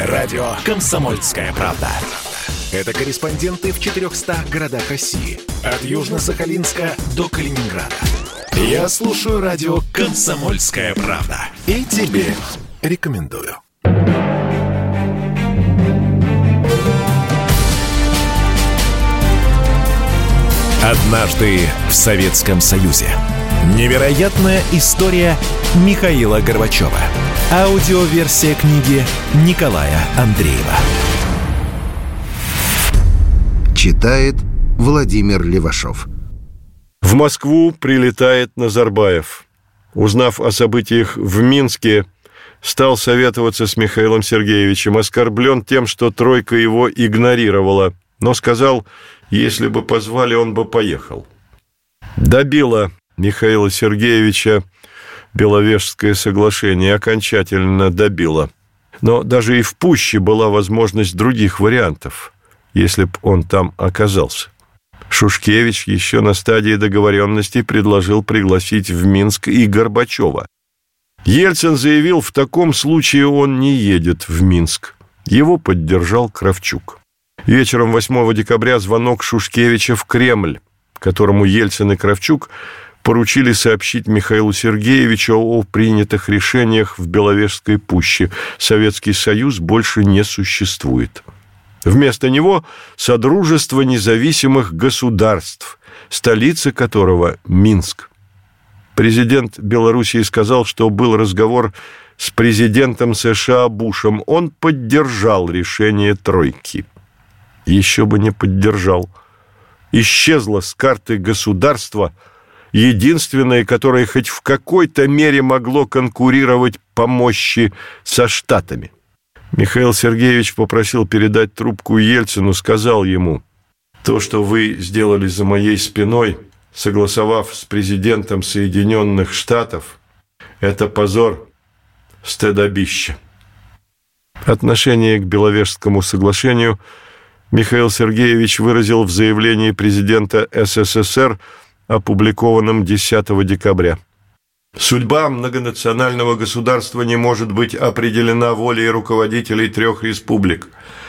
Радио «Комсомольская правда». Это корреспонденты в 400 городах России. От Южно-Сахалинска до Калининграда. Я слушаю радио «Комсомольская правда». И тебе рекомендую. Однажды в Советском Союзе. Невероятная история Михаила Горбачева. Аудиоверсия книги Николая Андреева. Читает Владимир Левашов. В Москву прилетает Назарбаев. Узнав о событиях в Минске, стал советоваться с Михаилом Сергеевичем. Оскорблен тем, что тройка его игнорировала. Но сказал, если бы позвали, он бы поехал. Добило Михаила Сергеевича Беловежское соглашение, окончательно добило. Но даже и в пуще была возможность других вариантов, если б он там оказался. Шушкевич еще на стадии договоренности предложил пригласить в Минск и Горбачева. Ельцин заявил, в таком случае он не едет в Минск. Его поддержал Кравчук. Вечером 8 декабря звонок Шушкевича в Кремль, которому Ельцин и Кравчук поручили сообщить Михаилу Сергеевичу о принятых решениях в Беловежской пуще. Советский Союз больше не существует. Вместо него Содружество независимых государств, столица которого Минск. Президент Белоруссии сказал, что был разговор с президентом США Бушем. Он поддержал решение тройки. Еще бы не поддержал. Исчезло с карты государства единственное, которое хоть в какой-то мере могло конкурировать по мощи со Штатами. Михаил Сергеевич попросил передать трубку Ельцину, сказал ему: «То, что вы сделали за моей спиной, согласовав с президентом Соединенных Штатов, это позор, стыдобище». Отношение к Беловежскому соглашению Михаил Сергеевич выразил в заявлении президента СССР, опубликованном 10 декабря. Судьба многонационального государства не может быть определена волей руководителей 3 республик.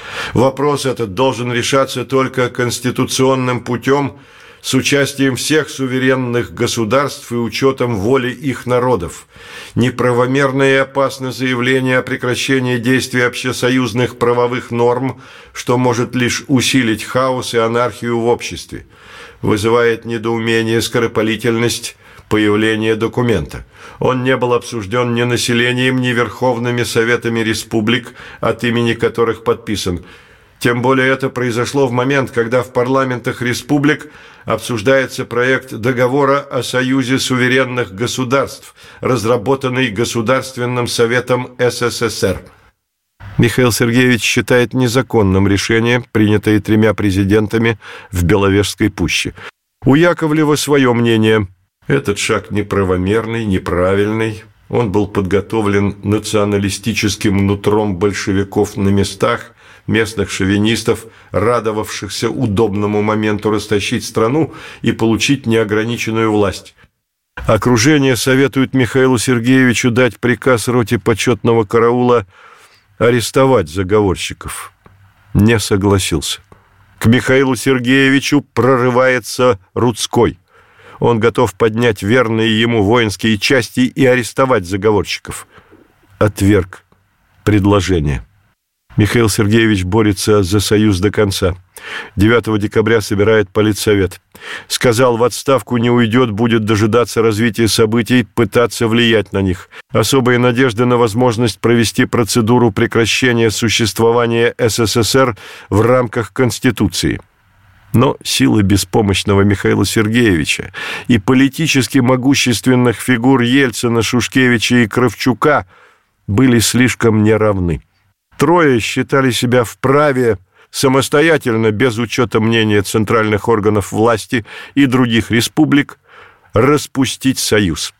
Вопрос этот должен решаться только конституционным путем с участием всех суверенных государств и учетом воли их народов. Неправомерно и опасно заявление о прекращении действия общесоюзных правовых норм, что может лишь усилить хаос и анархию в обществе. Вызывает недоумение, скоропалительность появления документа. Он не был обсужден ни населением, ни Верховными Советами республик, от имени которых подписан. Тем более это произошло в момент, когда в парламентах республик обсуждается проект договора о Союзе суверенных государств, разработанный Государственным Советом СССР. Михаил Сергеевич считает незаконным решение, принятое 3 президентами в Беловежской пуще. У Яковлева свое мнение. Этот шаг неправомерный, неправильный. Он был подготовлен националистическим нутром большевиков на местах, местных шовинистов, радовавшихся удобному моменту растащить страну и получить неограниченную власть. Окружение советует Михаилу Сергеевичу дать приказ роте почетного караула арестовать заговорщиков. Не согласился. К Михаилу Сергеевичу прорывается Рудской. Он готов поднять верные ему воинские части и арестовать заговорщиков. Отверг предложение. Михаил Сергеевич борется за союз до конца. 9 декабря собирает политсовет. Сказал, в отставку не уйдет, будет дожидаться развития событий, пытаться влиять на них. Особая надежда на возможность провести процедуру прекращения существования СССР в рамках Конституции. Но силы беспомощного Михаила Сергеевича и политически могущественных фигур Ельцина, Шушкевича и Кравчука были слишком неравны. Трое считали себя вправе самостоятельно, без учета мнения центральных органов власти и других республик, распустить союз.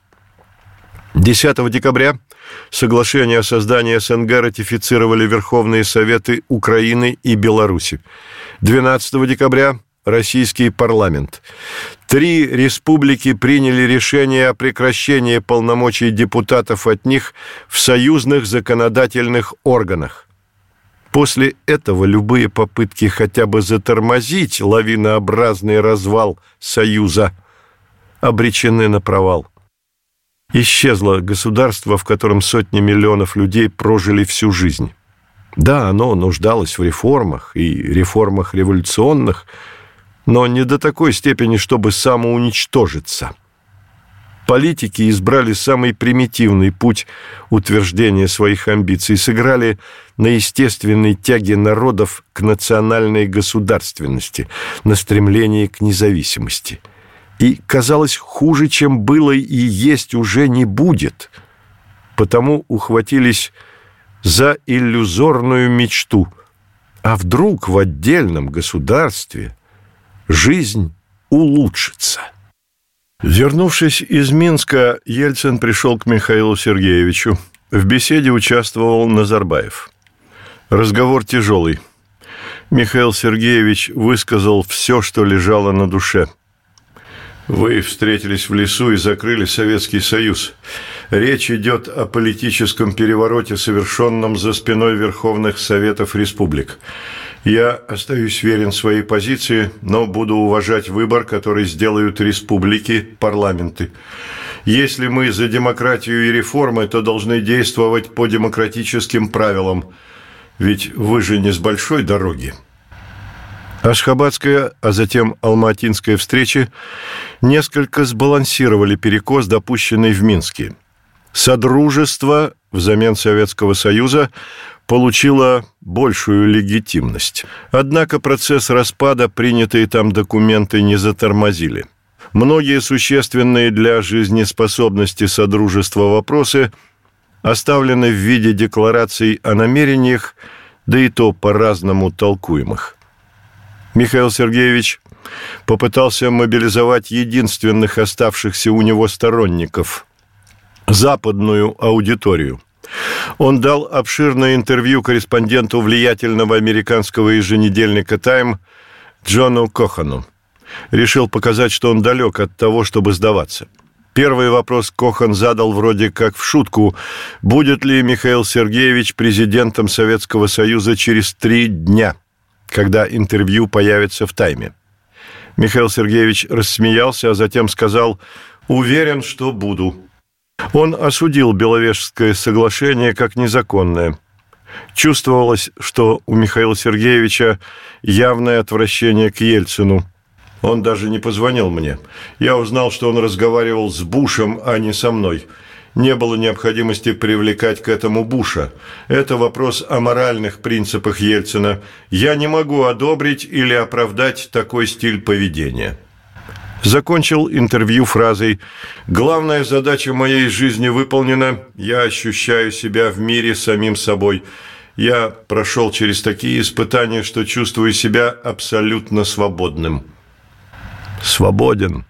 10 декабря соглашение о создании СНГ ратифицировали Верховные Советы Украины и Беларуси. 12 декабря российский парламент. 3 республики приняли решение о прекращении полномочий депутатов от них в союзных законодательных органах. После этого любые попытки хотя бы затормозить лавинообразный развал Союза обречены на провал. Исчезло государство, в котором сотни миллионов людей прожили всю жизнь. Да, оно нуждалось в реформах, и реформах революционных, но не до такой степени, чтобы самоуничтожиться. Политики избрали самый примитивный путь утверждения своих амбиций, сыграли на естественной тяге народов к национальной государственности, на стремлении к независимости. И, казалось, хуже, чем было и есть, уже не будет. Потому ухватились за иллюзорную мечту. А вдруг в отдельном государстве жизнь улучшится? Вернувшись из Минска, Ельцин пришел к Михаилу Сергеевичу. В беседе участвовал Назарбаев. Разговор тяжелый. Михаил Сергеевич высказал все, что лежало на душе. Вы встретились в лесу и закрыли Советский Союз. Речь идет о политическом перевороте, совершенном за спиной Верховных Советов Республик. Я остаюсь верен своей позиции, но буду уважать выбор, который сделают республики, парламенты. Если мы за демократию и реформы, то должны действовать по демократическим правилам. Ведь вы же не с большой дороги. Ашхабадская, а затем Алма-Атинская встречи несколько сбалансировали перекос, допущенный в Минске. Содружество взамен Советского Союза получило большую легитимность. Однако процесс распада, принятые там документы, не затормозили. Многие существенные для жизнеспособности Содружества вопросы оставлены в виде деклараций о намерениях, да и то по-разному толкуемых. Михаил Сергеевич попытался мобилизовать единственных оставшихся у него сторонников – западную аудиторию. Он дал обширное интервью корреспонденту влиятельного американского еженедельника «Тайм» Джону Кохану. Решил показать, что он далек от того, чтобы сдаваться. Первый вопрос Кохан задал вроде как в шутку: будет ли Михаил Сергеевич президентом Советского Союза через 3 дня, когда интервью появится в «Тайме». Михаил Сергеевич рассмеялся, а затем сказал: «Уверен, что буду». Он осудил Беловежское соглашение как незаконное. Чувствовалось, что у Михаила Сергеевича явное отвращение к Ельцину. Он даже не позвонил мне. Я узнал, что он разговаривал с Бушем, а не со мной. Не было необходимости привлекать к этому Буша. Это вопрос о моральных принципах Ельцина. Я не могу одобрить или оправдать такой стиль поведения. Закончил интервью фразой: «Главная задача моей жизни выполнена. Я ощущаю себя в мире самим собой. Я прошел через такие испытания, что чувствую себя абсолютно свободным». Свободен.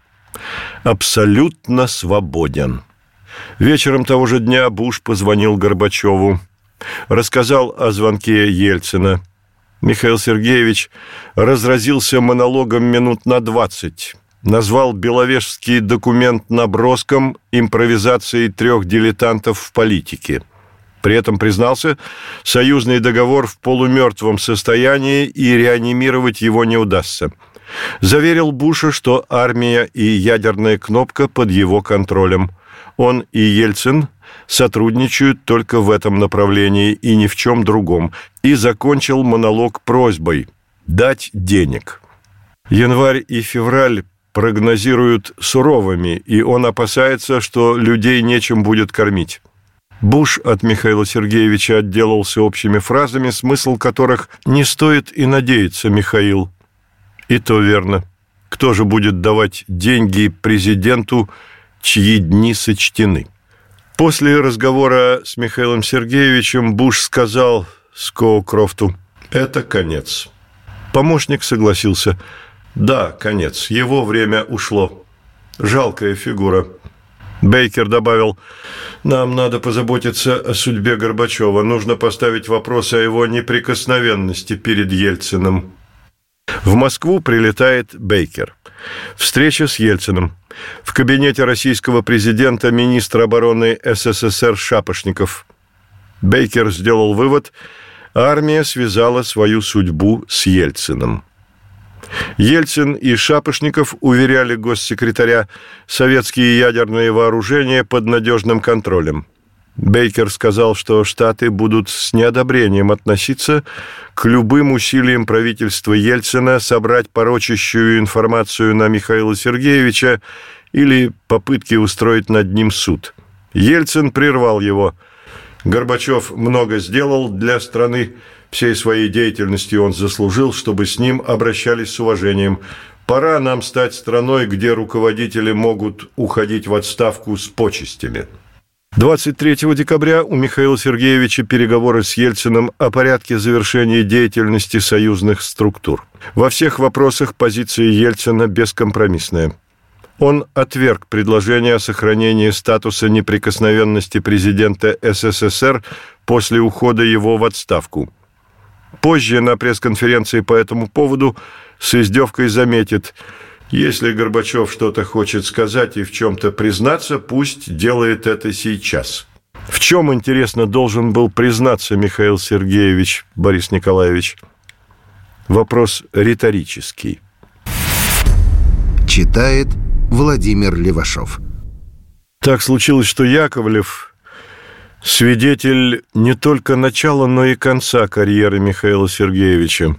Абсолютно свободен. Вечером того же дня Буш позвонил Горбачеву. Рассказал о звонке Ельцина. Михаил Сергеевич разразился монологом минут на 20. Назвал Беловежский документ наброском импровизацией 3 дилетантов в политике. При этом признался, союзный договор в полумертвом состоянии и реанимировать его не удастся. Заверил Буша, что армия и ядерная кнопка под его контролем. Он и Ельцин сотрудничают только в этом направлении и ни в чем другом. И закончил монолог просьбой дать денег. Январь и февраль прогнозируют суровыми, и он опасается, что людей нечем будет кормить. Буш от Михаила Сергеевича отделался общими фразами, смысл которых «не стоит и надеяться, Михаил». И то верно. Кто же будет давать деньги президенту, чьи дни сочтены? После разговора с Михаилом Сергеевичем Буш сказал Скоукрофту: «Это конец». Помощник согласился: «Да, конец. Его время ушло. Жалкая фигура». Бейкер добавил: «Нам надо позаботиться о судьбе Горбачева. Нужно поставить вопрос о его неприкосновенности перед Ельциным». В Москву прилетает Бейкер. Встреча с Ельциным. В кабинете российского президента министр обороны СССР Шапошников. Бейкер сделал вывод: армия связала свою судьбу с Ельциным. Ельцин и Шапошников уверяли госсекретаря советские ядерные вооружения под надежным контролем. Бейкер сказал, что Штаты будут с неодобрением относиться к любым усилиям правительства Ельцина собрать порочащую информацию на Михаила Сергеевича или попытки устроить над ним суд. Ельцин прервал его. Горбачев много сделал для страны, всей своей деятельностью он заслужил, чтобы с ним обращались с уважением. Пора нам стать страной, где руководители могут уходить в отставку с почестями. 23 декабря у Михаила Сергеевича переговоры с Ельциным о порядке завершения деятельности союзных структур. Во всех вопросах позиция Ельцина бескомпромиссная. Он отверг предложение о сохранении статуса неприкосновенности президента СССР после ухода его в отставку. Позже на пресс-конференции по этому поводу с издевкой заметит: если Горбачев что-то хочет сказать и в чем-то признаться, пусть делает это сейчас. В чем, интересно, должен был признаться Михаил Сергеевич, Борис Николаевич? Вопрос риторический. Читает Владимир Левашов. Так случилось, что Яковлев – свидетель не только начала, но и конца карьеры Михаила Сергеевича.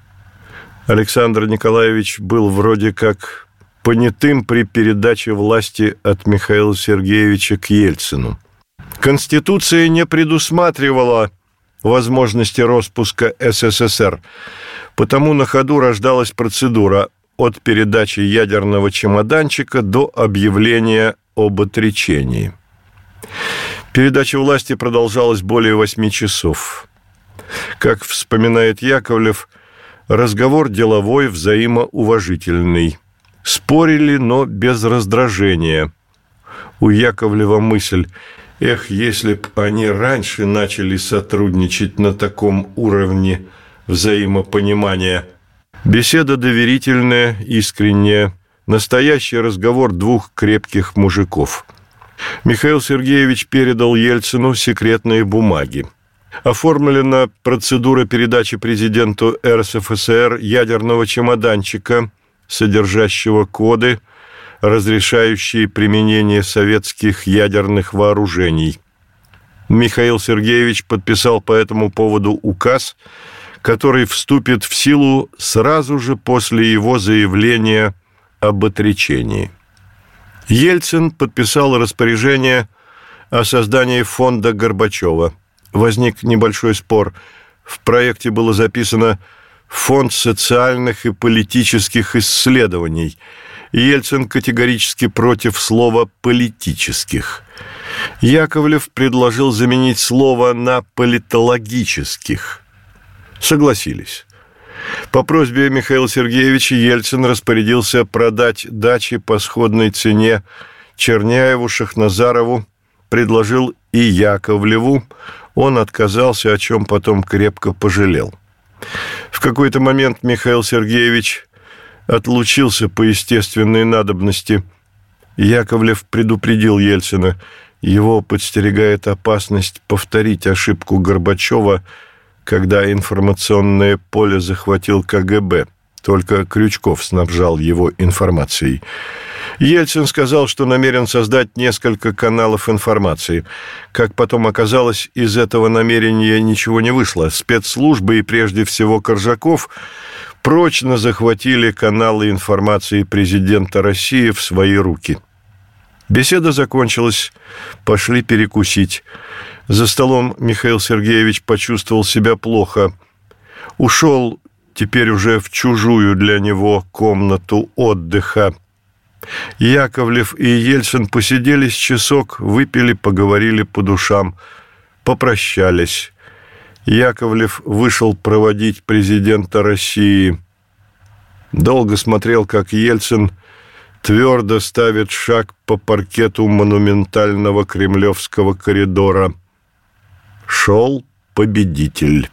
Александр Николаевич был вроде как понятым при передаче власти от Михаила Сергеевича к Ельцину. Конституция не предусматривала возможности распуска СССР, потому на ходу рождалась процедура от передачи ядерного чемоданчика до объявления об отречении. Передача власти продолжалась более 8 часов. Как вспоминает Яковлев, разговор деловой, взаимоуважительный. Спорили, но без раздражения. У Яковлева мысль: эх, если б они раньше начали сотрудничать на таком уровне взаимопонимания. Беседа доверительная, искренняя. Настоящий разговор двух крепких мужиков. Михаил Сергеевич передал Ельцину секретные бумаги. Оформлена процедура передачи президенту РСФСР ядерного чемоданчика, содержащего коды, разрешающие применение советских ядерных вооружений. Михаил Сергеевич подписал по этому поводу указ, который вступит в силу сразу же после его заявления об отречении. Ельцин подписал распоряжение о создании фонда Горбачева. Возник небольшой спор. В проекте было записано «Фонд социальных и политических исследований». Ельцин категорически против слова «политических». Яковлев предложил заменить слово на «политологических». Согласились. По просьбе Михаила Сергеевича Ельцин распорядился продать дачи по сходной цене Черняеву, Шахназарову, предложил и Яковлеву. Он отказался, о чем потом крепко пожалел. В какой-то момент Михаил Сергеевич отлучился по естественной надобности. Яковлев предупредил Ельцина: его подстерегает опасность повторить ошибку Горбачева, когда информационное поле захватил КГБ. Только Крючков снабжал его информацией. Ельцин сказал, что намерен создать несколько каналов информации. Как потом оказалось, из этого намерения ничего не вышло. Спецслужбы и прежде всего Коржаков прочно захватили каналы информации президента России в свои руки. Беседа закончилась, пошли перекусить. За столом Михаил Сергеевич почувствовал себя плохо. Ушел теперь уже в чужую для него комнату отдыха. Яковлев и Ельцин посидели с часок, выпили, поговорили по душам, попрощались. Яковлев вышел проводить президента России. Долго смотрел, как Ельцин твердо ставит шаг по паркету монументального кремлевского коридора. Шел победитель.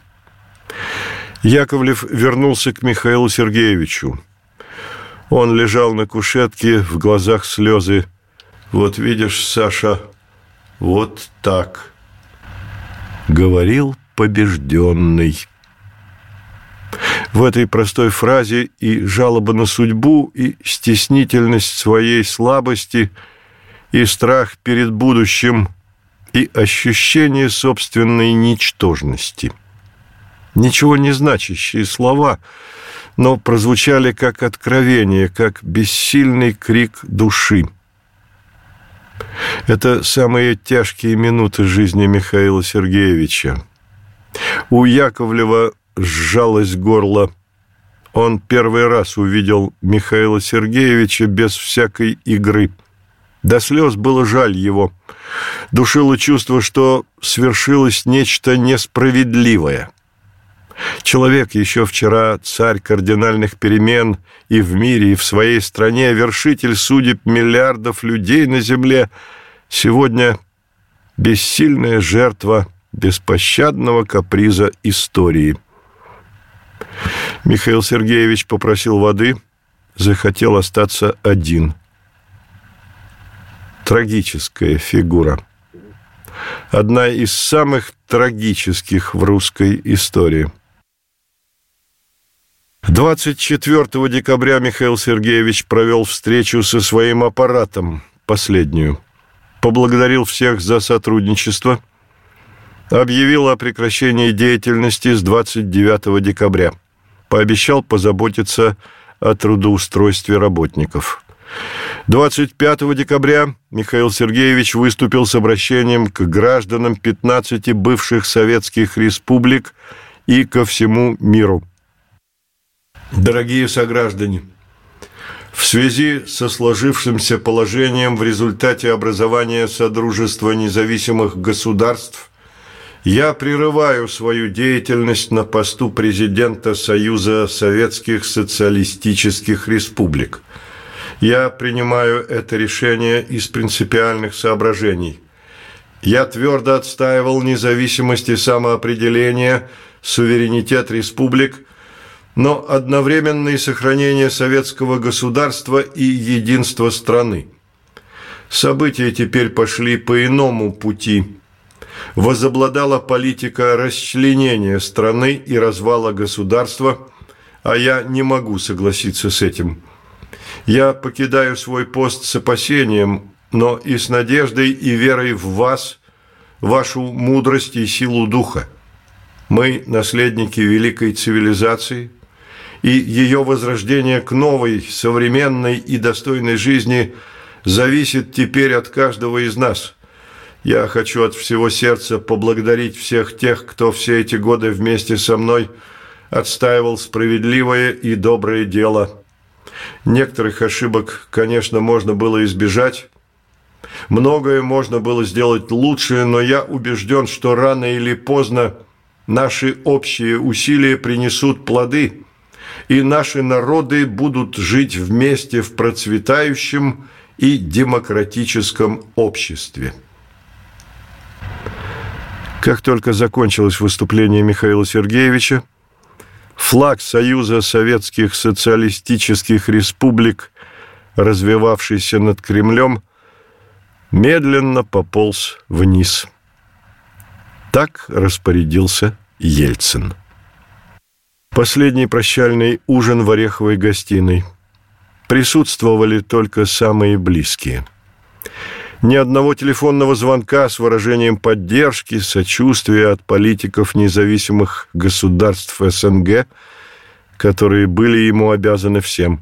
Яковлев вернулся к Михаилу Сергеевичу. Он лежал на кушетке, в глазах слезы. «Вот видишь, Саша, вот так», — говорил побежденный. В этой простой фразе и жалоба на судьбу, и стеснительность своей слабости, и страх перед будущим, и ощущение собственной ничтожности. Ничего не значащие слова, но прозвучали как откровение, как бессильный крик души. Это самые тяжкие минуты жизни Михаила Сергеевича. У Яковлева сжалось горло. Он первый раз увидел Михаила Сергеевича без всякой игры. До слез было жаль его. Душило чувство, что свершилось нечто несправедливое. Человек, еще вчера царь кардинальных перемен и в мире, и в своей стране, вершитель судеб миллиардов людей на земле, сегодня бессильная жертва беспощадного каприза истории. Михаил Сергеевич попросил воды, захотел остаться один. Трагическая фигура. Одна из самых трагических в русской истории. 24 декабря Михаил Сергеевич провел встречу со своим аппаратом, последнюю. Поблагодарил всех за сотрудничество, объявил о прекращении деятельности с 29 декабря. Пообещал позаботиться о трудоустройстве работников. 25 декабря Михаил Сергеевич выступил с обращением к гражданам 15 бывших советских республик и ко всему миру. Дорогие сограждане, в связи со сложившимся положением в результате образования Содружества независимых государств я прерываю свою деятельность на посту президента Союза Советских Социалистических Республик. Я принимаю это решение из принципиальных соображений. Я твердо отстаивал независимость и самоопределение, суверенитет республик, но одновременно и сохранение советского государства и единства страны. События теперь пошли по иному пути. Возобладала политика расчленения страны и развала государства, а я не могу согласиться с этим. Я покидаю свой пост с опасением, но и с надеждой и верой в вас, вашу мудрость и силу духа. Мы наследники великой цивилизации, и ее возрождение к новой, современной и достойной жизни зависит теперь от каждого из нас. Я хочу от всего сердца поблагодарить всех тех, кто все эти годы вместе со мной отстаивал справедливое и доброе дело. Некоторых ошибок, конечно, можно было избежать. Многое можно было сделать лучше, но я убежден, что рано или поздно наши общие усилия принесут плоды, и наши народы будут жить вместе в процветающем и демократическом обществе. Как только закончилось выступление Михаила Сергеевича, флаг Союза Советских Социалистических Республик, развевавшийся над Кремлем, медленно пополз вниз. Так распорядился Ельцин. Последний прощальный ужин в Ореховой гостиной. Присутствовали только самые близкие. Ни одного телефонного звонка с выражением поддержки, сочувствия от политиков независимых государств СНГ, которые были ему обязаны всем.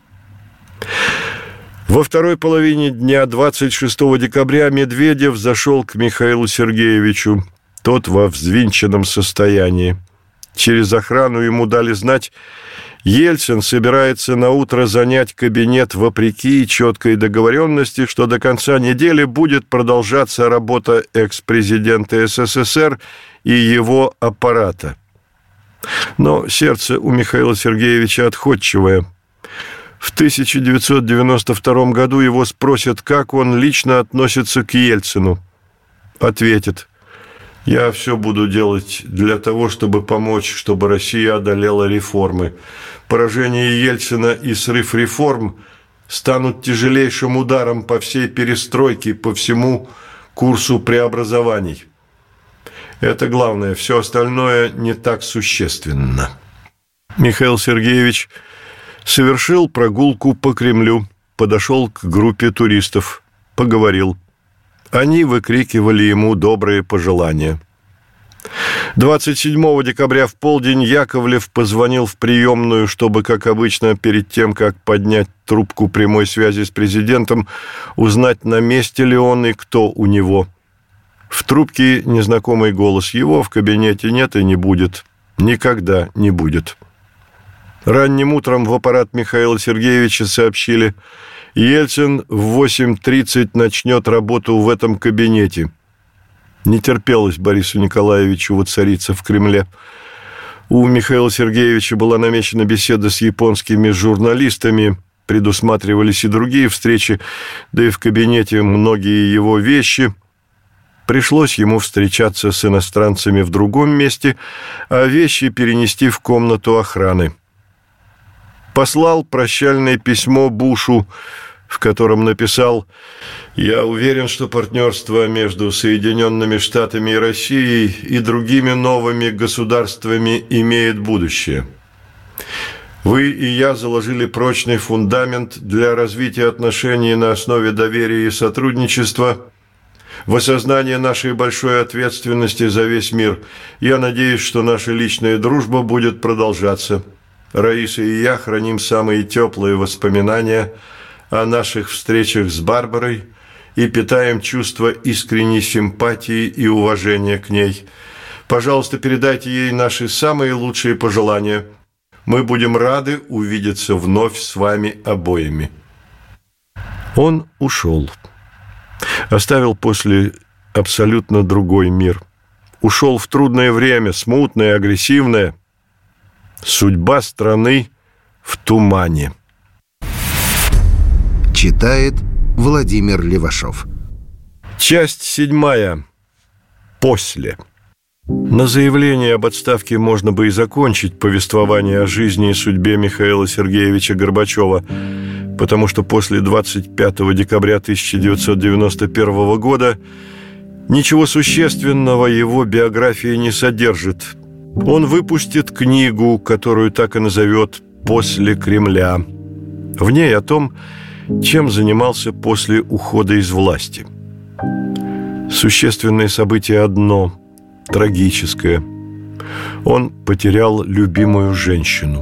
Во второй половине дня 26 декабря Медведев зашел к Михаилу Сергеевичу, тот во взвинченном состоянии. Через охрану ему дали знать, Ельцин собирается наутро занять кабинет вопреки четкой договоренности, что до конца недели будет продолжаться работа экс-президента СССР и его аппарата. Но сердце у Михаила Сергеевича отходчивое. В 1992 году его спросят, как он лично относится к Ельцину. Ответит: «Я все буду делать для того, чтобы помочь, чтобы Россия одолела реформы. Поражение Ельцина и срыв реформ станут тяжелейшим ударом по всей перестройке, по всему курсу преобразований. Это главное, все остальное не так существенно. Михаил Сергеевич совершил прогулку по Кремлю, подошел к группе туристов, поговорил. Они выкрикивали ему добрые пожелания. 27 декабря в полдень Яковлев позвонил в приемную, чтобы, как обычно, перед тем, как поднять трубку прямой связи с президентом, узнать, на месте ли он и кто у него. В трубке незнакомый голос: его в кабинете нет и не будет. Никогда не будет. Ранним утром в аппарат Михаила Сергеевича сообщили: Ельцин в 8:30 начнет работу в этом кабинете. Не терпелось Борису Николаевичу воцариться в Кремле. У Михаила Сергеевича была намечена беседа с японскими журналистами, предусматривались и другие встречи, да и в кабинете многие его вещи. Пришлось ему встречаться с иностранцами в другом месте, а вещи перенести в комнату охраны. Послал прощальное письмо Бушу, в котором написал: «Я уверен, что партнерство между Соединенными Штатами и Россией и другими новыми государствами имеет будущее. Вы и я заложили прочный фундамент для развития отношений на основе доверия и сотрудничества. В осознание нашей большой ответственности за весь мир я надеюсь, что наша личная дружба будет продолжаться. Раиса и я храним самые теплые воспоминания о наших встречах с Барбарой и питаем чувство искренней симпатии и уважения к ней. Пожалуйста, передайте ей наши самые лучшие пожелания. Мы будем рады увидеться вновь с вами обоими». Он ушел. Оставил после абсолютно другой мир. Ушел в трудное время, смутное, агрессивное. Судьба страны в тумане. Читает Владимир Левашов. Часть 7. После. На заявление об отставке можно бы и закончить повествование о жизни и судьбе Михаила Сергеевича Горбачева, потому что после 25 декабря 1991 года ничего существенного его биография не содержит. Он выпустит книгу, которую так и назовет «После Кремля». В ней о том, чем занимался после ухода из власти. Существенное событие одно – трагическое. Он потерял любимую женщину.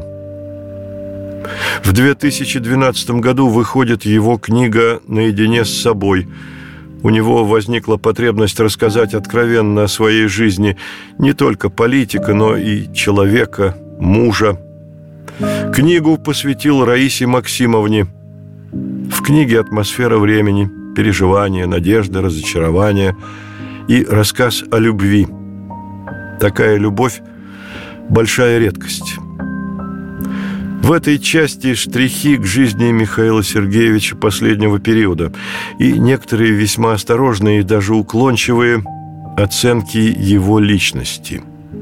В 2012 году выходит его книга «Наедине с собой». У него возникла потребность рассказать откровенно о своей жизни не только политика, но и человека, мужа. Книгу посвятил Раисе Максимовне. В книге атмосфера времени, переживания, надежда, разочарование и рассказ о любви. Такая любовь – большая редкость. В этой части штрихи к жизни Михаила Сергеевича последнего периода и некоторые весьма осторожные и даже уклончивые оценки его личности.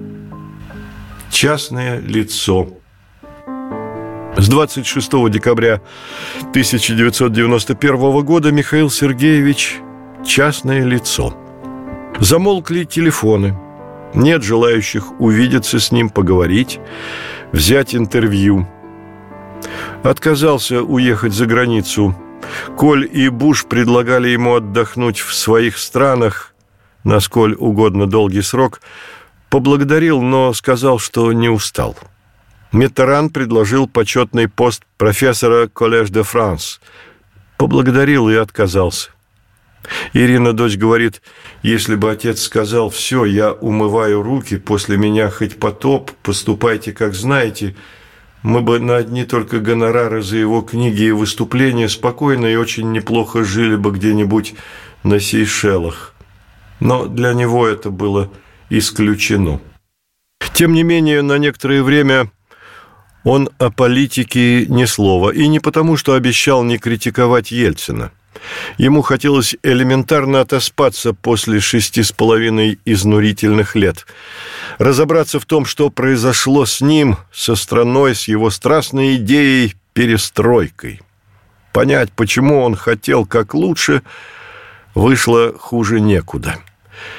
Частное лицо. С 26 декабря 1991 года Михаил Сергеевич – частное лицо. Замолкли телефоны. Нет желающих увидеться с ним, поговорить, взять интервью. Отказался уехать за границу. Коль и Буш предлагали ему отдохнуть в своих странах на сколь угодно долгий срок, поблагодарил, но сказал, что не устал. Миттеран предложил почетный пост профессора Коллеж де Франс. Поблагодарил и отказался. Ирина, дочь, говорит: если бы отец сказал: все, я умываю руки, после меня хоть потоп, поступайте как знаете, мы бы на одни только гонорары за его книги и выступления спокойно и очень неплохо жили бы где-нибудь на Сейшелах. Но для него это было исключено. Тем не менее, на некоторое время он о политике ни слова. И не потому, что обещал не критиковать Ельцина. Ему хотелось элементарно отоспаться после 6,5 изнурительных лет. Разобраться в том, что произошло с ним, со страной, с его страстной идеей перестройкой. Понять, почему он хотел как лучше, вышло хуже некуда.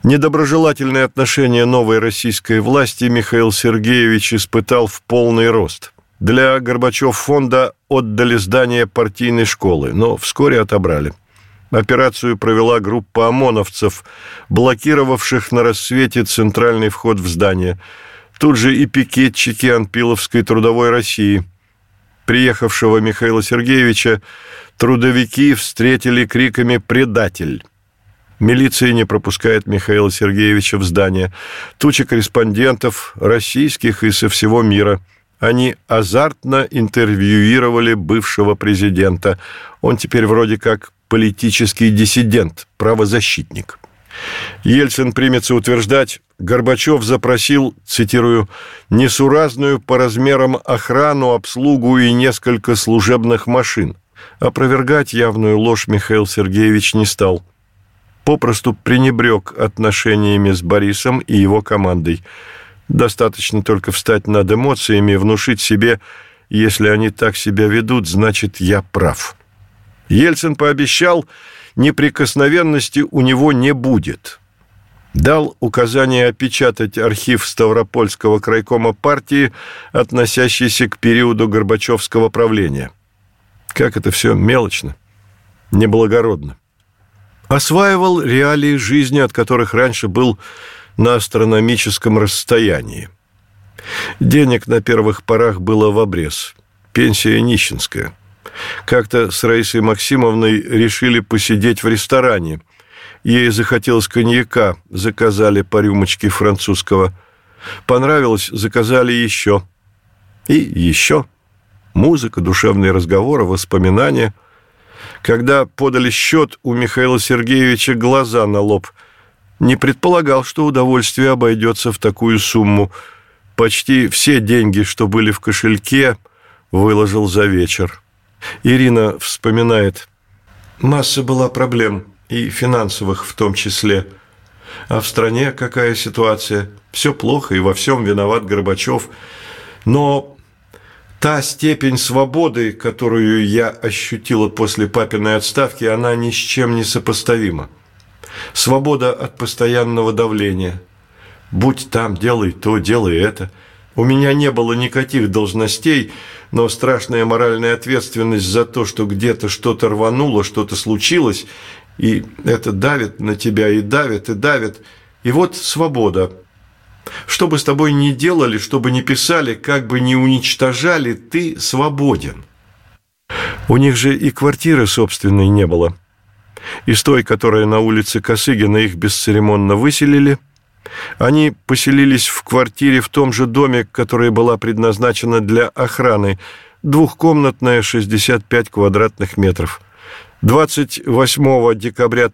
Недоброжелательное отношение новой российской власти Михаил Сергеевич испытал в полный рост. Для Горбачев-фонда отдали здание партийной школы, но вскоре отобрали. Операцию провела группа ОМОНовцев, блокировавших на рассвете центральный вход в здание. Тут же и пикетчики Анпиловской трудовой России. Приехавшего Михаила Сергеевича трудовики встретили криками «Предатель!». Милиция не пропускает Михаила Сергеевича в здание. Туча корреспондентов, российских и со всего мира. Они азартно интервьюировали бывшего президента. Он теперь вроде как политический диссидент, правозащитник. Ельцин примется утверждать, Горбачев запросил, цитирую, «несуразную по размерам охрану, обслугу и несколько служебных машин». Опровергать явную ложь Михаил Сергеевич не стал. Попросту пренебрег отношениями с Борисом и его командой. Достаточно только встать над эмоциями и внушить себе, если они так себя ведут, значит, я прав. Ельцин пообещал, неприкосновенности у него не будет. Дал указание опечатать архив Ставропольского крайкома партии, относящийся к периоду Горбачевского правления. Как это все мелочно, неблагородно. Осваивал реалии жизни, от которых раньше был на астрономическом расстоянии. Денег на первых порах было в обрез. Пенсия нищенская. Как-то с Раисой Максимовной решили посидеть в ресторане. Ей захотелось коньяка, заказали по рюмочке французского. Понравилось, заказали еще. И еще. Музыка, душевные разговоры, воспоминания. Когда подали счет, у Михаила Сергеевича глаза на лоб. Не предполагал, что удовольствие обойдется в такую сумму. Почти все деньги, что были в кошельке, выложил за вечер. Ирина вспоминает: масса была проблем, и финансовых в том числе. А в стране какая ситуация? Все плохо, и во всем виноват Горбачев. Но та степень свободы, которую я ощутила после папиной отставки, она ни с чем не сопоставима. Свобода от постоянного давления. Будь там, делай то, делай это. У меня не было никаких должностей, но страшная моральная ответственность за то, что где-то что-то рвануло, что-то случилось, и это давит на тебя, и давит, и давит. И вот свобода. Что бы с тобой ни делали, что бы ни писали, как бы ни уничтожали, ты свободен. У них же и квартиры собственной не было. Из той, которая на улице Косыгина, их бесцеремонно выселили. Они поселились в квартире в том же доме, которая была предназначена для охраны, двухкомнатная, 65 квадратных метров. 28 декабря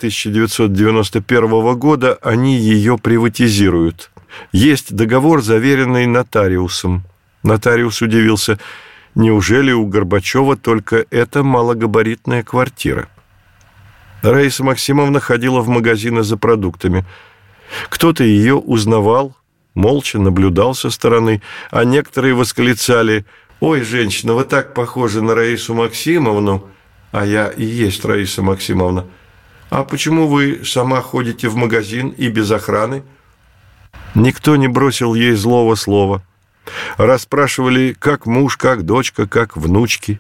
1991 года они ее приватизируют. Есть договор, заверенный нотариусом. Нотариус удивился: неужели у Горбачева только эта малогабаритная квартира? Раиса Максимовна ходила в магазины за продуктами. Кто-то ее узнавал, молча наблюдал со стороны, а некоторые восклицали: «Ой, женщина, вы так похожи на Раису Максимовну». А я и есть Раиса Максимовна. «А почему вы сама ходите в магазин и без охраны?» Никто не бросил ей злого слова. Расспрашивали, как муж, как дочка, как внучки.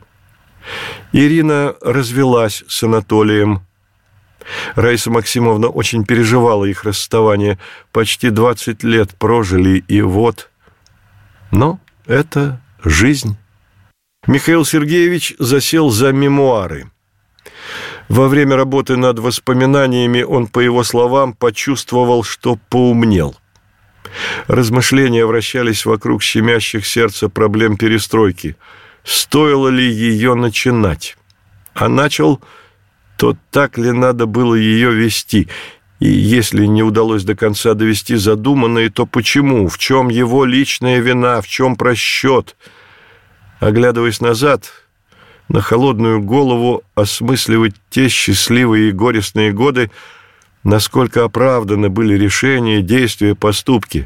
Ирина развелась с Анатолием. Раиса Максимовна очень переживала их расставание. Почти 20 лет прожили, и вот. Но это жизнь. Михаил Сергеевич засел за мемуары. Во время работы над воспоминаниями он, по его словам, почувствовал, что поумнел. Размышления вращались вокруг щемящих сердце проблем перестройки. Стоило ли ее начинать? А начал, то так ли надо было ее вести? И если не удалось до конца довести задуманное, то почему? В чем его личная вина? В чем просчет? Оглядываясь назад, на холодную голову осмысливать те счастливые и горестные годы, насколько оправданы были решения, действия, поступки.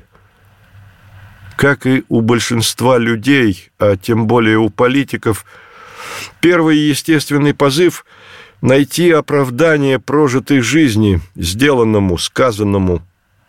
Как и у большинства людей, а тем более у политиков, первый естественный позыв – найти оправдание прожитой жизни, сделанному, сказанному.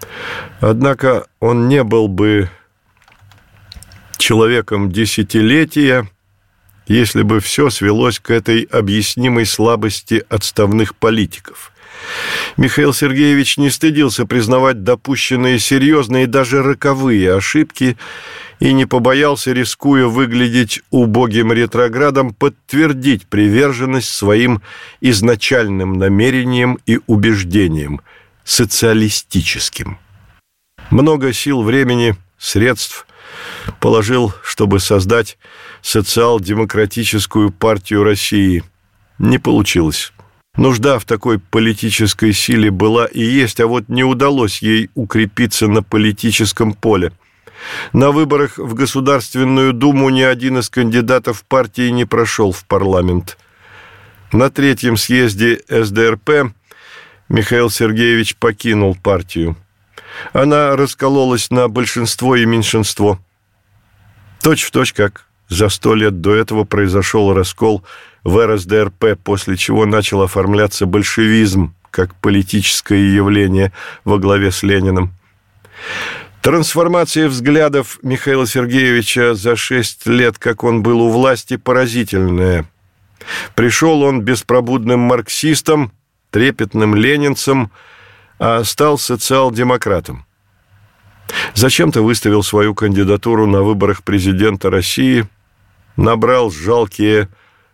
Однако он не был бы человеком десятилетия, если бы все свелось к этой объяснимой слабости отставных политиков. Михаил Сергеевич не стыдился признавать допущенные серьезные и даже роковые ошибки и не побоялся, рискуя выглядеть убогим ретроградом, подтвердить приверженность своим изначальным намерениям и убеждениям – социалистическим. Много сил, времени, средств положил, чтобы создать социал-демократическую партию России. Не получилось. Нужда в такой политической силе была и есть, а вот не удалось ей укрепиться на политическом поле. На выборах в Государственную Думу ни один из кандидатов партии не прошел в парламент. На 3-м съезде СДРП Михаил Сергеевич покинул партию. Она раскололась на большинство и меньшинство. Точь-в-точь, как за 100 лет до этого произошел раскол в РСДРП, после чего начал оформляться большевизм как политическое явление во главе с Лениным. Трансформация взглядов Михаила Сергеевича за 6 лет, как он был у власти, поразительная. Пришел он беспробудным марксистом, трепетным ленинцем, а стал социал-демократом. Зачем-то выставил свою кандидатуру на выборах президента России, набрал жалкие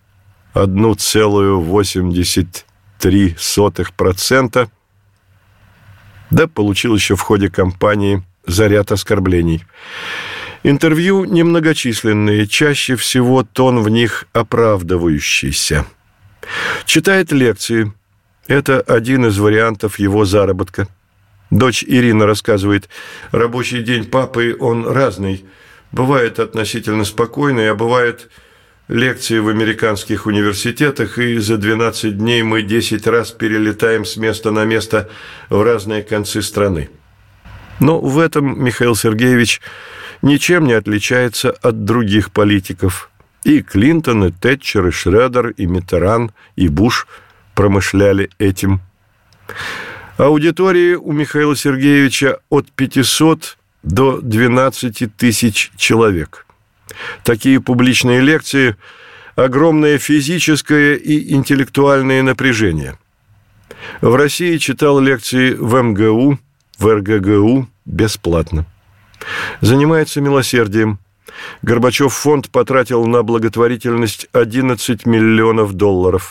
1,83%, да получил еще в ходе кампании за ряд оскорблений. Интервью немногочисленные, чаще всего тон в них оправдывающийся. Читает лекции. Это один из вариантов его заработка. Дочь Ирина рассказывает, рабочий день папы, он разный. Бывает относительно спокойный, а бывает лекции в американских университетах, и за 12 дней мы 10 раз перелетаем с места на место в разные концы страны. Но в этом Михаил Сергеевич ничем не отличается от других политиков. И Клинтон, и Тэтчер, и Шредер, и Миттеран, и Буш промышляли этим. Аудитории у Михаила Сергеевича от 500 до 12 тысяч человек. Такие публичные лекции – огромное физическое и интеллектуальное напряжение. В России читал лекции в МГУ, в РГГУ бесплатно. Занимается милосердием. Горбачев фонд потратил на благотворительность $11 миллионов.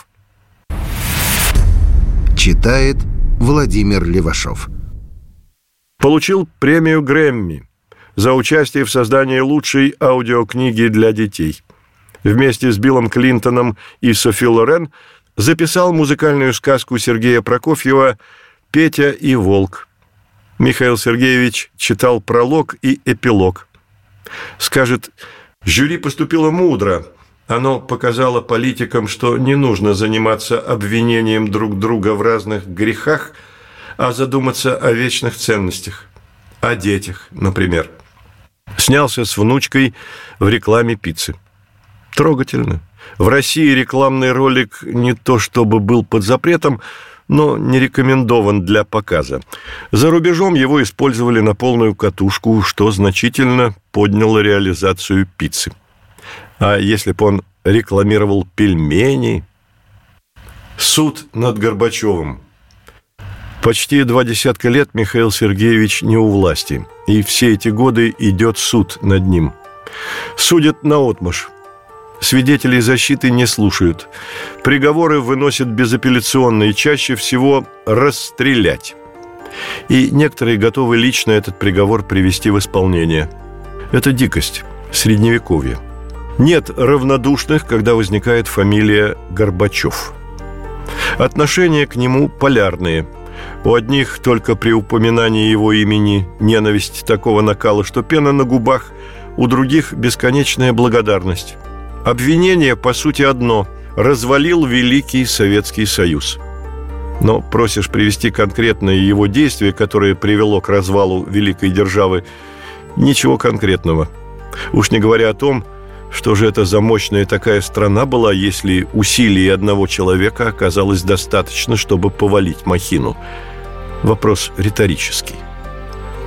Читает Владимир Левашов. Получил премию Грэмми за участие в создании лучшей аудиокниги для детей. Вместе с Биллом Клинтоном и Софи Лорен записал музыкальную сказку Сергея Прокофьева «Петя и волк». Михаил Сергеевич читал пролог и эпилог. Скажет, жюри поступило мудро. Оно показало политикам, что не нужно заниматься обвинением друг друга в разных грехах, а задуматься о вечных ценностях. О детях, например. Снялся с внучкой в рекламе пиццы. Трогательно. В России рекламный ролик не то чтобы был под запретом, но не рекомендован для показа. За рубежом его использовали на полную катушку, что значительно подняло реализацию пиццы. А если бы он рекламировал пельмени? Суд над Горбачевым. Почти 20 лет Михаил Сергеевич не у власти, и все эти годы идет суд над ним. Судят наотмашь. Свидетелей защиты не слушают. Приговоры выносят безапелляционно и чаще всего расстрелять. И некоторые готовы лично этот приговор привести в исполнение. Это дикость, средневековье. Нет равнодушных, когда возникает фамилия Горбачев. Отношения к нему полярные. У одних только при упоминании его имени ненависть такого накала, что пена на губах, у других бесконечная благодарность. Обвинение, по сути, одно – развалил Великий Советский Союз. Но просишь привести конкретное его действие, которое привело к развалу великой державы, ничего конкретного. Уж не говоря о том, что же это за мощная такая страна была, если усилий одного человека оказалось достаточно, чтобы повалить махину. Вопрос риторический.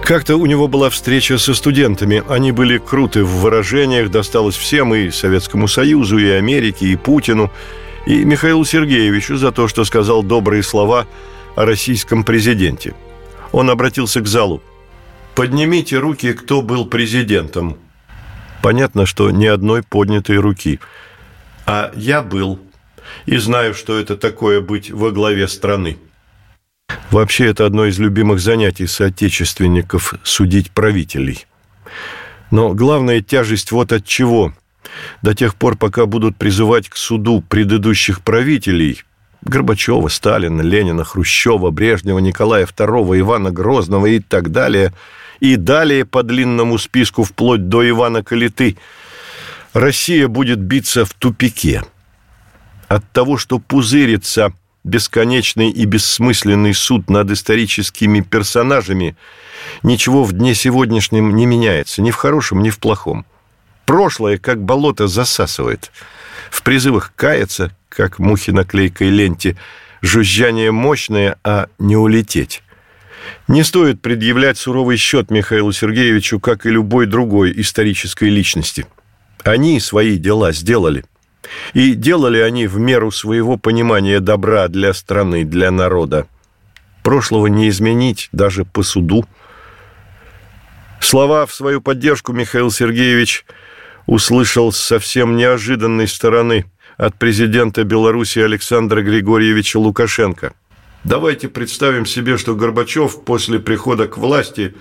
Как-то у него была встреча со студентами. Они были круты в выражениях, досталось всем, и Советскому Союзу, и Америке, и Путину, и Михаилу Сергеевичу за то, что сказал добрые слова о российском президенте. Он обратился к залу. «Поднимите руки, кто был президентом». Понятно, что ни одной поднятой руки. А я был, и знаю, что это такое быть во главе страны. Вообще, это одно из любимых занятий соотечественников – судить правителей. Но главная тяжесть вот от чего. До тех пор, пока будут призывать к суду предыдущих правителей – Горбачева, Сталина, Ленина, Хрущева, Брежнева, Николая II, Ивана Грозного и так далее, и далее по длинному списку вплоть до Ивана Калиты, Россия будет биться в тупике. От того, что пузырится бесконечный и бессмысленный суд над историческими персонажами, ничего в дне сегодняшнем не меняется, ни в хорошем, ни в плохом. Прошлое, как болото, засасывает. В призывах каяться, как мухи на клейкой ленте, жужжание мощное, а не улететь. Не стоит предъявлять суровый счет Михаилу Сергеевичу, как и любой другой исторической личности. Они свои дела сделали. И делали они в меру своего понимания добра для страны, для народа. Прошлого не изменить даже по суду. Слова в свою поддержку Михаил Сергеевич услышал с совсем неожиданной стороны от президента Беларуси Александра Григорьевича Лукашенко. Давайте представим себе, что Горбачев после прихода к власти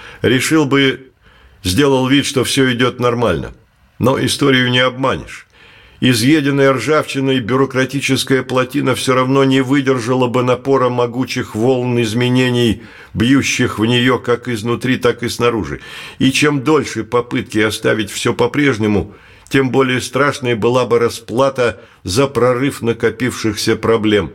сделал вид, что все идет нормально. Но историю не обманешь. Изъеденная ржавчиной бюрократическая плотина все равно не выдержала бы напора могучих волн изменений, бьющих в нее как изнутри, так и снаружи. И чем дольше попытки оставить все по-прежнему, тем более страшной была бы расплата за прорыв накопившихся проблем.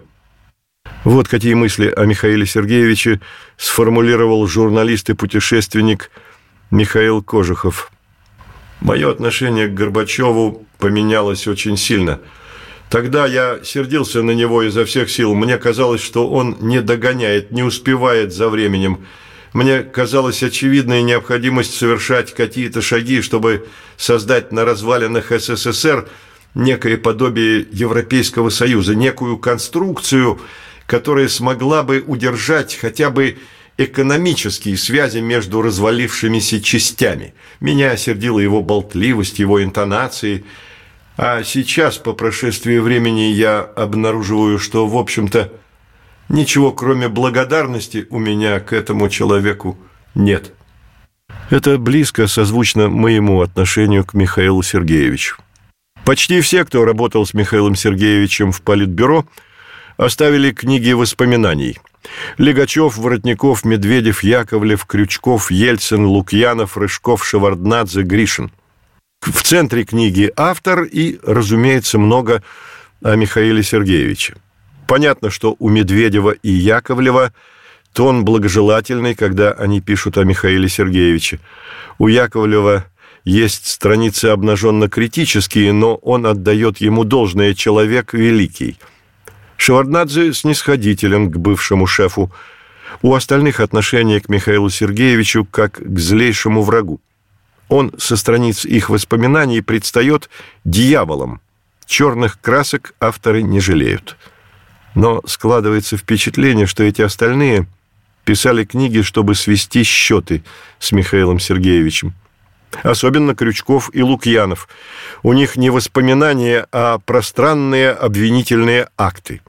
Вот какие мысли о Михаиле Сергеевиче сформулировал журналист и путешественник Михаил Кожухов. Мое отношение к Горбачеву поменялось очень сильно. Тогда я сердился на него изо всех сил. Мне казалось, что он не догоняет, не успевает за временем. Мне казалась очевидная необходимость совершать какие-то шаги, чтобы создать на развалинах СССР некое подобие Европейского Союза, некую конструкцию, которая смогла бы удержать хотя бы экономические связи между развалившимися частями. Меня сердила его болтливость, его интонации. А сейчас, по прошествии времени, я обнаруживаю, что, в общем-то, ничего, кроме благодарности, у меня к этому человеку нет. Это близко созвучно моему отношению к Михаилу Сергеевичу. Почти все, кто работал с Михаилом Сергеевичем в Политбюро, оставили книги воспоминаний. Легачев, Воротников, Медведев, Яковлев, Крючков, Ельцин, Лукьянов, Рыжков, Шеварднадзе, Гришин. В центре книги автор и, разумеется, много о Михаиле Сергеевиче. Понятно, что у Медведева и Яковлева тон благожелательный, когда они пишут о Михаиле Сергеевиче. У Яковлева есть страницы обнаженно-критические, но он отдает ему должное: человек великий. Шеварднадзе снисходителен к бывшему шефу. У остальных отношение к Михаилу Сергеевичу как к злейшему врагу. Он со страниц их воспоминаний предстает дьяволом. Черных красок авторы не жалеют. Но складывается впечатление, что эти остальные писали книги, чтобы свести счеты с Михаилом Сергеевичем. Особенно Крючков и Лукьянов. У них не воспоминания, а пространные обвинительные акты.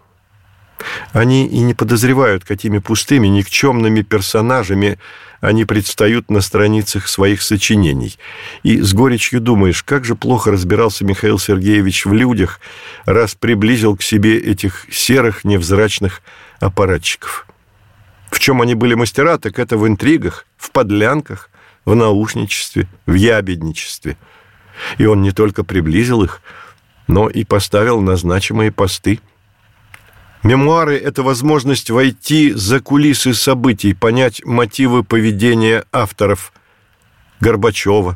Они и не подозревают, какими пустыми, никчемными персонажами они предстают на страницах своих сочинений. И с горечью думаешь, как же плохо разбирался Михаил Сергеевич в людях, раз приблизил к себе этих серых, невзрачных аппаратчиков. В чем они были мастера, так это в интригах, в подлянках, в наушничестве, в ябедничестве. И он не только приблизил их, но и поставил на значимые посты. Мемуары – это возможность войти за кулисы событий, понять мотивы поведения авторов Горбачева.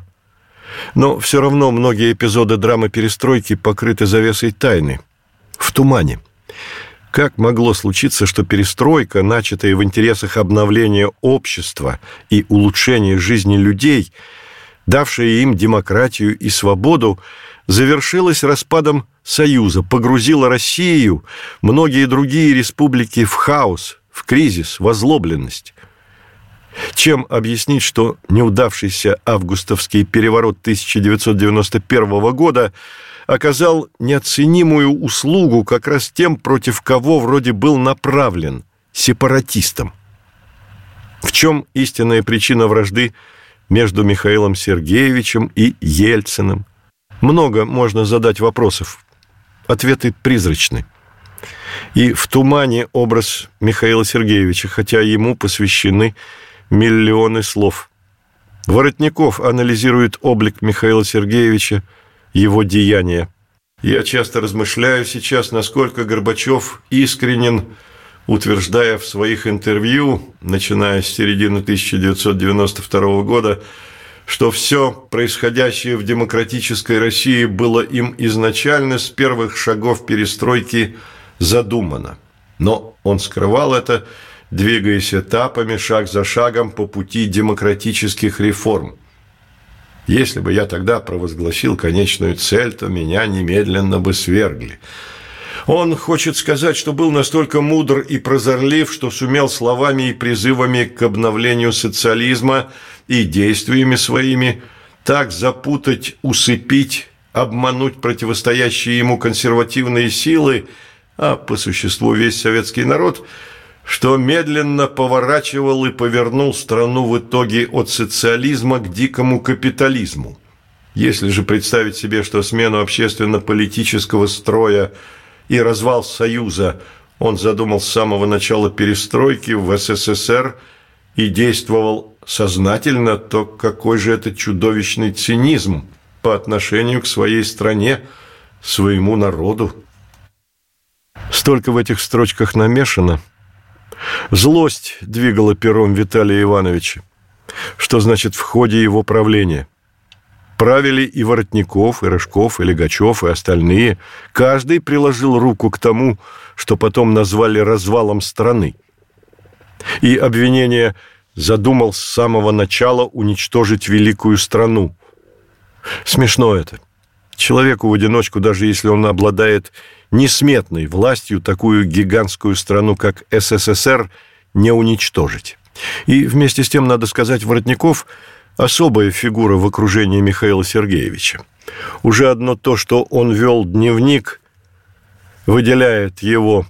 Но все равно многие эпизоды драмы перестройки покрыты завесой тайны, в тумане. Как могло случиться, что перестройка, начатая в интересах обновления общества и улучшения жизни людей, давшая им демократию и свободу, завершилась распадом Союза, погрузила Россию, многие другие республики в хаос, в кризис, в озлобленность? Чем объяснить, что неудавшийся августовский переворот 1991 года оказал неоценимую услугу как раз тем, против кого вроде был направлен – сепаратистам? В чем истинная причина вражды между Михаилом Сергеевичем и Ельциным? Много можно задать вопросов. Ответы призрачны. И в тумане образ Михаила Сергеевича, хотя ему посвящены миллионы слов. Воротников анализирует облик Михаила Сергеевича, его деяния. Я часто размышляю сейчас, насколько Горбачев искренен, утверждая в своих интервью, начиная с середины 1992 года, что все происходящее в демократической России было им изначально с первых шагов перестройки задумано. Но он скрывал это, двигаясь этапами, шаг за шагом по пути демократических реформ. Если бы я тогда провозгласил конечную цель, то меня немедленно бы свергли. Он хочет сказать, что был настолько мудр и прозорлив, что сумел словами и призывами к обновлению социализма и действиями своими так запутать, усыпить, обмануть противостоящие ему консервативные силы, а по существу весь советский народ, что медленно поворачивал и повернул страну в итоге от социализма к дикому капитализму. Если же представить себе, что смену общественно-политического строя и развал Союза он задумал с самого начала перестройки в СССР и действовал сознательно, то какой же это чудовищный цинизм по отношению к своей стране, своему народу. Столько в этих строчках намешано. Злость двигала пером Виталия Ивановича. Что значит в ходе его правления? Правили и Воротников, и Рыжков, и Легачев, и остальные. Каждый приложил руку к тому, что потом назвали развалом страны. И обвинение задумал с самого начала уничтожить великую страну. Смешно это. Человеку в одиночку, даже если он обладает несметной властью, такую гигантскую страну, как СССР, не уничтожить. И вместе с тем, надо сказать, Воротников – особая фигура в окружении Михаила Сергеевича. Уже одно то, что он вел дневник, выделяет его.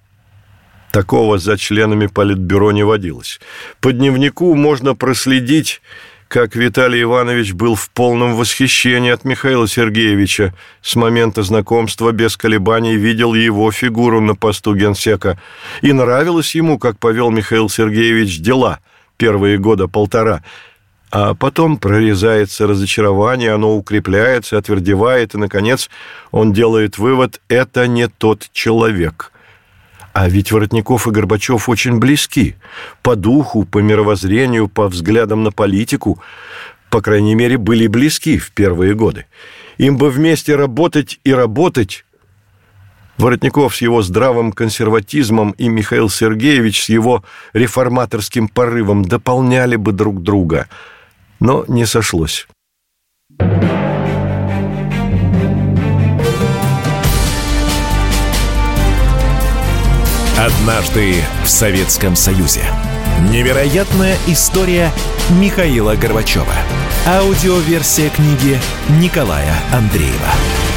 Такого за членами Политбюро не водилось. По дневнику можно проследить, как Виталий Иванович был в полном восхищении от Михаила Сергеевича. С момента знакомства без колебаний видел его фигуру на посту генсека. И нравилось ему, как повел Михаил Сергеевич дела первые года полтора. А потом прорезается разочарование, оно укрепляется, отвердевает, и, наконец, он делает вывод – это не тот человек. А ведь Воротников и Горбачев очень близки. По духу, по мировоззрению, по взглядам на политику. По крайней мере, были близки в первые годы. Им бы вместе работать и работать. Воротников с его здравым консерватизмом и Михаил Сергеевич с его реформаторским порывом дополняли бы друг друга. Но не сошлось. Однажды в Советском Союзе. Невероятная история Михаила Горбачева. Аудиоверсия книги Николая Андреева.